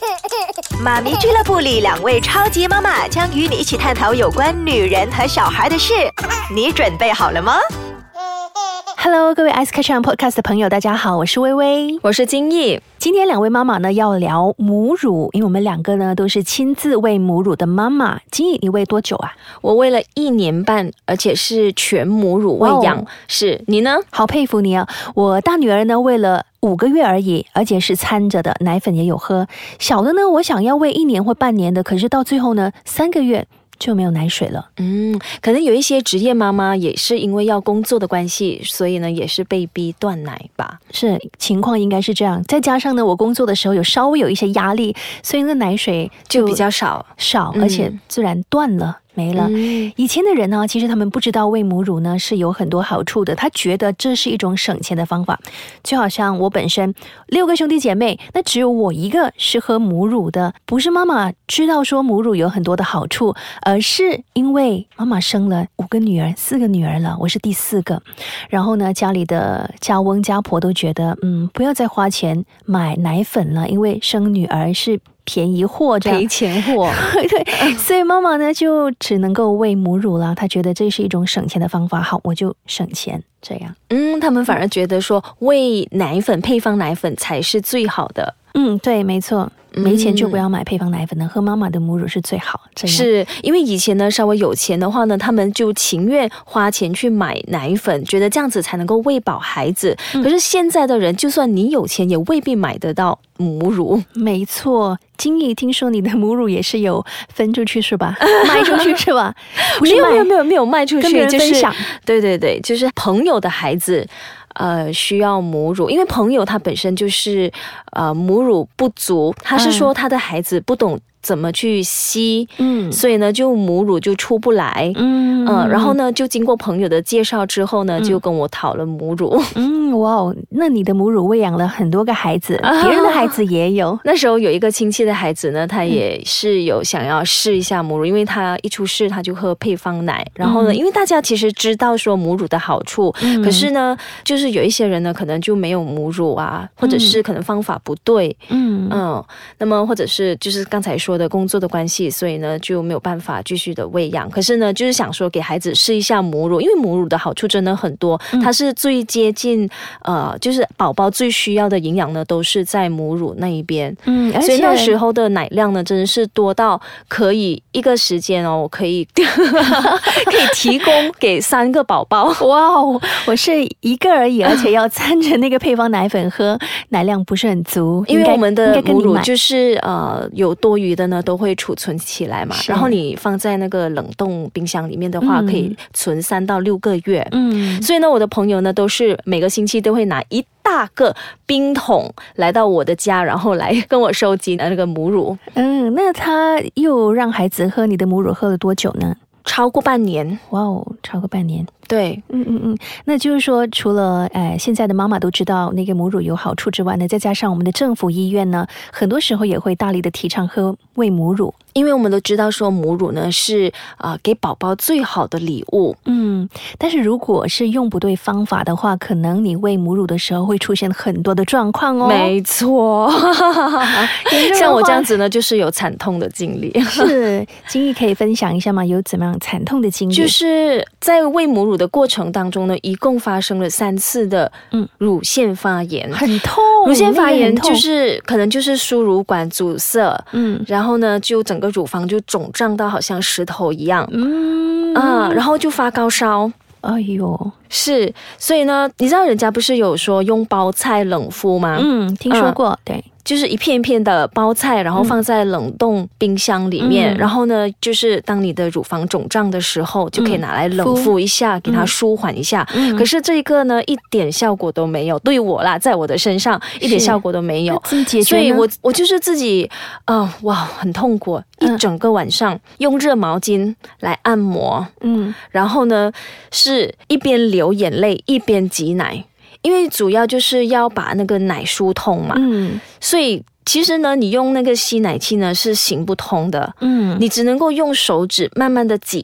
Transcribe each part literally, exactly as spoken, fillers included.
妈咪俱乐部里，两位超级妈妈将与你一起探讨有关女人和小孩的事，你准备好了吗？Hello， 各位 Ice Catch On Podcast 的朋友，大家好，我是微微， 我是金毅。 今天两位妈妈呢要聊母乳，因为我们两个呢都是亲自喂母乳的妈妈。金毅，你喂多久啊？ 我喂了一年半，而且是全母乳喂养。Wow. 是你呢？ 好佩服你啊！我大女儿呢喂了五个月而已，而且是掺着的，奶粉也有喝。小的呢，我想要喂一年或半年的，可是到最后呢，三个月就没有奶水了。 嗯，可能有一些职业妈妈也是因为要工作的关系，所以呢也是被逼断奶吧。 是，情况应该是这样。再加上呢，我工作的时候有稍微有一些压力，所以那奶水 就, 就比较少少，而且自然断了。嗯没了、嗯、以前的人呢，其实他们不知道喂母乳呢是有很多好处的，他觉得这是一种省钱的方法。就好像我本身六个兄弟姐妹，那只有我一个是喝母乳的，不是妈妈知道说母乳有很多的好处，而是因为妈妈生了五个女儿四个女儿了，我是第四个。然后呢，家里的家翁家婆都觉得嗯，不要再花钱买奶粉了，因为生女儿是便宜货， 赔钱货对，所以妈妈呢就只能够喂母乳了，她觉得这是一种省钱的方法，好，我就省钱这样。 嗯，他们反而觉得说喂奶粉配方奶粉才是最好的。 嗯，对，没错，没钱就不要买配方奶粉的，喝妈妈的母乳是最好。这样是因为以前呢稍微有钱的话呢，他们就情愿花钱去买奶粉，觉得这样子才能够喂饱孩子、嗯、可是现在的人就算你有钱也未必买得到母乳。 没错，金毅，听说你的母乳也是有分出去是吧？卖出去是吧？ 不是，没有没有没有没有卖出去， 跟别人分享、 就是、对对对，就是朋友的孩子呃，需要母乳，因为朋友他本身就是呃母乳不足，他是说他的孩子不懂怎么去吸，嗯，所以呢就母乳就出不来，嗯、呃、然后呢就经过朋友的介绍之后呢、嗯、就跟我讨了母乳。 嗯，哇哦，那你的母乳喂养了很多个孩子，别人的孩子也有、啊、 那时候有一个亲戚的孩子呢，他也是有想要试一下母乳、嗯、因为他一出世他就喝配方奶，然后呢、嗯、因为大家其实知道说母乳的好处、嗯、可是呢就是有一些人呢可能就没有母乳啊，或者是可能方法不对，嗯嗯，那么或者是就是刚才说的工作的关系，所以呢就没有办法继续的喂养。可是呢就是想说给孩子试一下母乳，因为母乳的好处真的很多、嗯、它是最接近呃就是宝宝最需要的营养呢都是在母乳那一边，嗯，所以那时候的奶量呢真的是多到可以一个时间哦可以可以提供给三个宝宝。 哇哦，我是一个而已，而且要掺着那个配方奶粉喝，奶量不是很足， 因为我们的母乳就是呃有多余的呢都会储存起来嘛，然后你放在那个冷冻冰箱里面的话、嗯、可以存三到六个月，嗯，所以呢我的朋友呢都是每个星期都会拿一大个冰桶来到我的家，然后来跟我收集那个母乳。 嗯，那他又让孩子喝你的母乳喝了多久呢？ 超过半年。 哇哦，超过半年。 对， 嗯嗯嗯，那就是说，除了呃现在的妈妈都知道那个母乳有好处之外呢，再加上我们的政府医院呢，很多时候也会大力的提倡喝喂母乳， 因为我们都知道说母乳呢是啊、呃、给宝宝最好的礼物。 嗯，但是如果是用不对方法的话，可能你喂母乳的时候会出现很多的状况哦。 没错，像我这样子呢，就是有惨痛的经历。 是，金毅可以分享一下吗？有怎么样惨痛的经历？ 就是在喂母乳的过程当中呢，一共发生了三次的乳腺发炎， 嗯、很痛。 乳腺发炎就是可能就是输乳管阻塞，嗯，然后呢就整个乳房就肿胀到好像石头一样，嗯啊，然后就发高烧。 哎呦， 是，所以呢，你知道人家不是有说用包菜冷敷吗？ 嗯，听说过，嗯、对。 就是一片一片的包菜，然后放在冷冻冰箱里面、嗯、然后呢就是当你的乳房肿胀的时候、嗯、就可以拿来冷敷一下、嗯、给它舒缓一下、嗯、可是这个呢一点效果都没有，对我啦，在我的身上一点效果都没有，所以我我就是自己呃哇很痛苦，一整个晚上用热毛巾来按摩，嗯，然后呢是一边流眼泪一边挤奶，因为主要就是要把那个奶疏通嘛，嗯，所以其实呢你用那个吸奶器呢是行不通的，嗯，你只能够用手指慢慢的挤一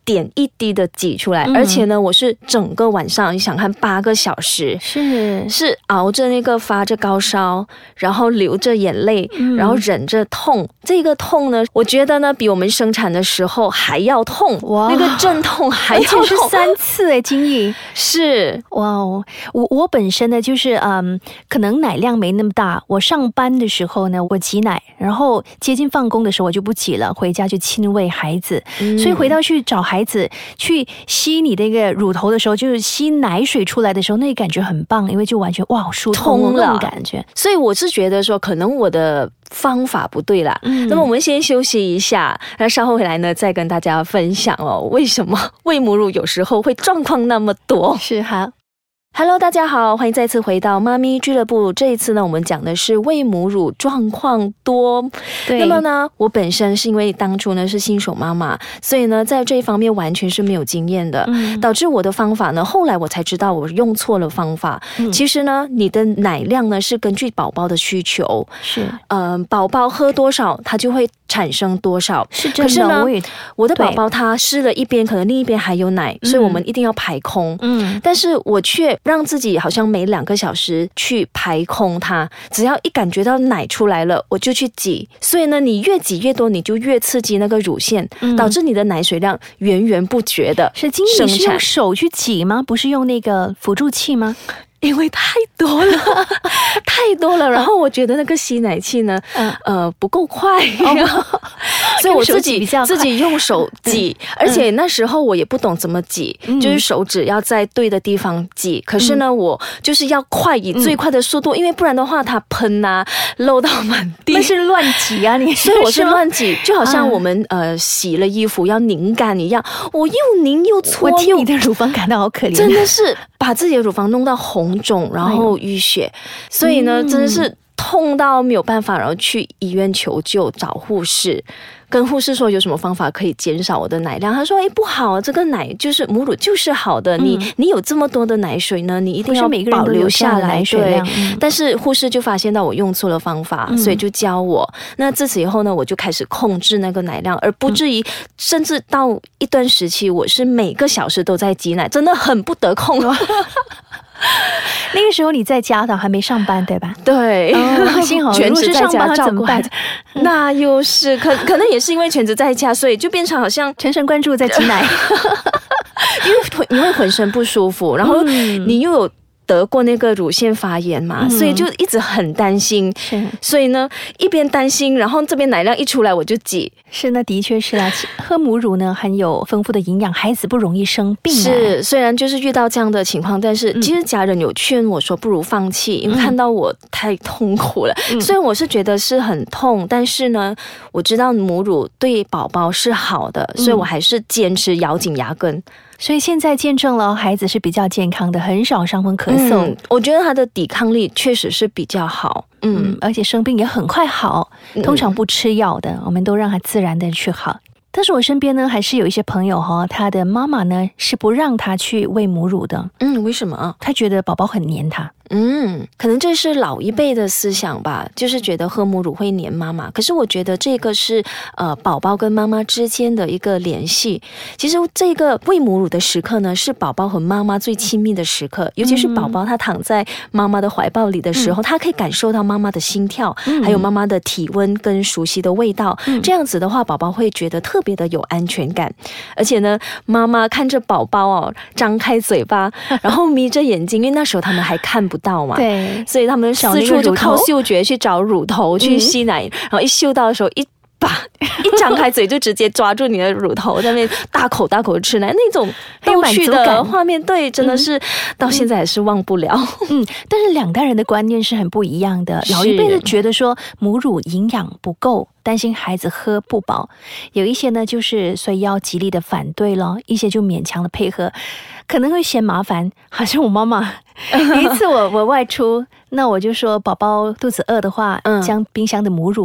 点一滴的挤出来， 嗯、 而且呢，我是整个晚上，你想看八个小时， 是是熬着那个发着高烧，然后流着眼泪，嗯、然后忍着痛。这个痛呢，我觉得呢，比我们生产的时候还要痛，哇，那个阵痛还要痛， 而且是三次哎，金毅是哇哦，我我本身呢就是嗯，可能奶量没那么大，我上班的时候呢，我挤奶，然后接近放工的时候我就不挤了，回家就亲喂孩子，嗯、所以回到去找孩子去吸你那个乳头的时候，就是吸奶水出来的时候，那个感觉很棒，因为就完全哇疏通了那种感觉。 所以我是觉得说，可能我的方法不对啦。嗯、那么我们先休息一下，那稍后回来呢，再跟大家分享哦，为什么喂母乳有时候会状况那么多。 是好。 Hello， 大家好，欢迎再次回到妈咪俱乐部。这一次呢，我们讲的是喂母乳状况多。 对。 那么呢，我本身是因为当初呢是新手妈妈，所以呢在这一方面完全是没有经验的，嗯、导致我的方法呢，后来我才知道我用错了方法。嗯、其实呢，你的奶量呢是根据宝宝的需求， 是， 嗯、呃，宝宝喝多少，它就会产生多少。 是真的。 可是呢， 我, 我的宝宝他吃了一边，可能另一边还有奶，所以我们一定要排空。嗯。但是我却让自己好像每两个小时去排空它，只要一感觉到奶出来了，我就去挤。所以呢，你越挤越多，你就越刺激那个乳腺，嗯、导致你的奶水量源源不绝的是经理是用手去挤吗？不是用那个辅助器吗？ 因为太多了，太多了，然后我觉得那个吸奶器呢，嗯、呃，不够快，哦、所以我自己自己用手挤，嗯、而且那时候我也不懂怎么挤，嗯、就是手指要在对的地方挤。可是呢，嗯、我就是要快，以最快的速度，嗯、因为不然的话它喷啊，漏到满地。 那是乱挤啊，你所以我是乱挤，就好像我们、嗯、呃洗了衣服要拧干一样，我又拧又搓， 我替你的乳房感到好可怜， 真的是把自己的乳房弄到红肿，然后淤血，所以呢，真的是痛到没有办法，然后去医院求救，找护士，跟护士说有什么方法可以减少我的奶量。他说：“哎，不好，这个奶就是母乳就是好的，嗯、你你有这么多的奶水呢，你一定要保留下来。”对，嗯、但是护士就发现到我用错了方法，嗯、所以就教我。那自此以后呢，我就开始控制那个奶量，而不至于、嗯、甚至到一段时期，我是每个小时都在挤奶，真的很不得控。 那个时候你在家的，还没上班对吧？ 对， 哦、幸好全职在家照顾孩子， 嗯、 那又是可可能也是因为全职在家，所以就变成好像全神贯注在挤奶， 因为你会浑身不舒服，然后你又有得过那个乳腺发炎嘛，嗯、所以就一直很担心。所以呢，一边担心，然后这边奶量一出来我就挤。 是，那的确是啊，喝母乳呢含有丰富的营养，孩子不容易生病。 是，虽然就是遇到这样的情况，但是其实家人有劝我说不如放弃，嗯、因为看到我太痛苦了。嗯、虽然我是觉得是很痛，但是呢，我知道母乳对宝宝是好的，所以我还是坚持咬紧牙根。 所以现在见证了孩子是比较健康的，很少伤风咳嗽。 嗯、我觉得他的抵抗力确实是比较好， 嗯，而且生病也很快好，通常不吃药的，嗯、我们都让他自然的去好。但是我身边呢，还是有一些朋友哈、哦，他的妈妈呢是不让他去喂母乳的。 嗯，为什么？ 他觉得宝宝很黏他。 嗯，可能这是老一辈的思想吧，就是觉得喝母乳会黏妈妈。可是我觉得这个是呃宝宝跟妈妈之间的一个联系。其实这个喂母乳的时刻呢，是宝宝和妈妈最亲密的时刻，尤其是宝宝他躺在妈妈的怀抱里的时候，嗯、他可以感受到妈妈的心跳，嗯、还有妈妈的体温跟熟悉的味道。嗯、这样子的话，宝宝会觉得特别的有安全感。而且呢，妈妈看着宝宝哦，张开嘴巴，然后眯着眼睛，因为那时候他们还看不到嘛， 对， 所以他们四处就靠嗅觉去找乳头去吸奶，嗯、然后一嗅到的时候，一把一张开嘴就直接抓住你的乳头，在那边大口大口吃奶，那种逗趣的画面，对，真的是、嗯、到现在还是忘不了。 嗯，但是两代人的观念是很不一样的。老一辈的觉得说母乳营养不够，担心孩子喝不饱，有一些呢就是所以要极力的反对咯，一些就勉强的配合，可能会嫌麻烦。好像我妈妈有一次我我外出，那我就说宝宝肚子饿的话，嗯、将冰箱的母乳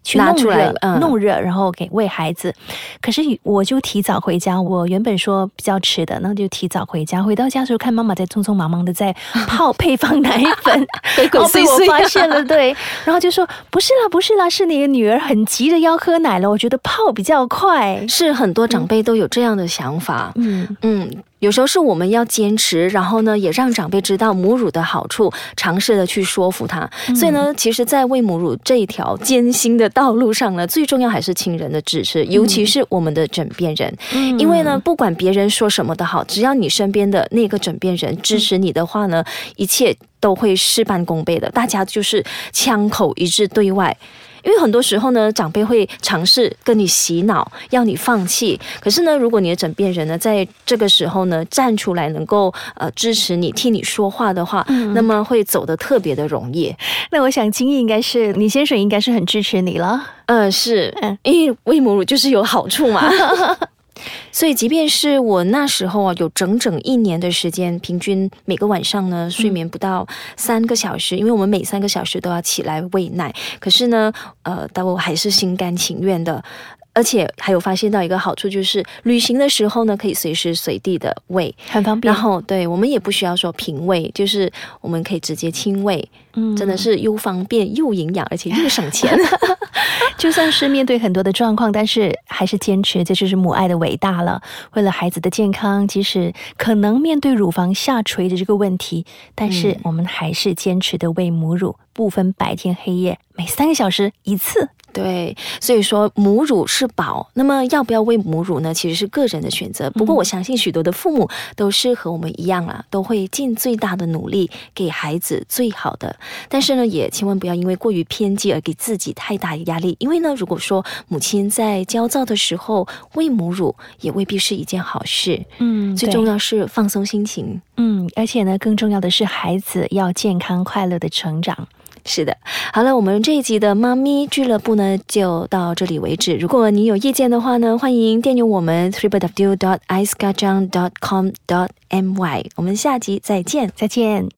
去弄出来、 热、嗯、弄热，然后给喂孩子。可是我就提早回家，我原本说比较迟的，那就提早回家。回到家的时候，看妈妈在匆匆忙忙的在泡配方奶粉， 然后被我发现了，对，然后就说不是啦，不是啦，是你的女儿很急着要喝奶了，我觉得泡比较快。 是很多长辈都有这样的想法，嗯嗯。有时候是我们要坚持，然后呢，也让长辈知道母乳的好处，尝试的去说服他。嗯、所以呢，其实，在喂母乳这一条艰辛的道路上呢，最重要还是亲人的支持，尤其是我们的枕边人。嗯、因为呢，不管别人说什么的好，只要你身边的那个枕边人支持你的话呢，一切都会事半功倍的。大家就是枪口一致对外。因为很多时候呢，长辈会尝试跟你洗脑，要你放弃。可是呢，如果你的枕边人呢，在这个时候呢，站出来能够呃支持你、替你说话的话，嗯、那么会走得特别的容易。 那我想金毅应该是你先生应该是很支持你了。 嗯，是，嗯，因为喂母乳就是有好处嘛。所以即便是我那时候啊，有整整一年的时间，平均每个晚上呢睡眠不到三个小时，因为我们每三个小时都要起来喂奶。可是呢，呃，但我还是心甘情愿的。而且还有发现到一个好处，就是旅行的时候呢，可以随时随地的喂， 很方便。 然后对我们也不需要说平喂，就是我们可以直接亲喂，嗯，真的是又方便又营养，而且又省钱。 就算是面对很多的状况，但是还是坚持，这就是母爱的伟大了。为了孩子的健康，即使可能面对乳房下垂的这个问题，但是我们还是坚持的喂母乳，不分白天黑夜，每三个小时一次。 对，所以说母乳是宝，那么要不要喂母乳呢？其实是个人的选择。不过我相信许多的父母都是和我们一样啦，都会尽最大的努力给孩子最好的。但是呢，也千万不要因为过于偏激而给自己太大的压力。因为呢，如果说母亲在焦躁的时候喂母乳，也未必是一件好事。嗯，最重要是放松心情。 嗯，而且呢，更重要的是孩子要健康快乐的成长。 是的，好了，我们这一集的妈咪俱乐部呢就到这里为止。如果你有意见的话呢，欢迎订阅我们 double-u double-u double-u dot ais kacang dot com dot my。我们下集再见， 再见。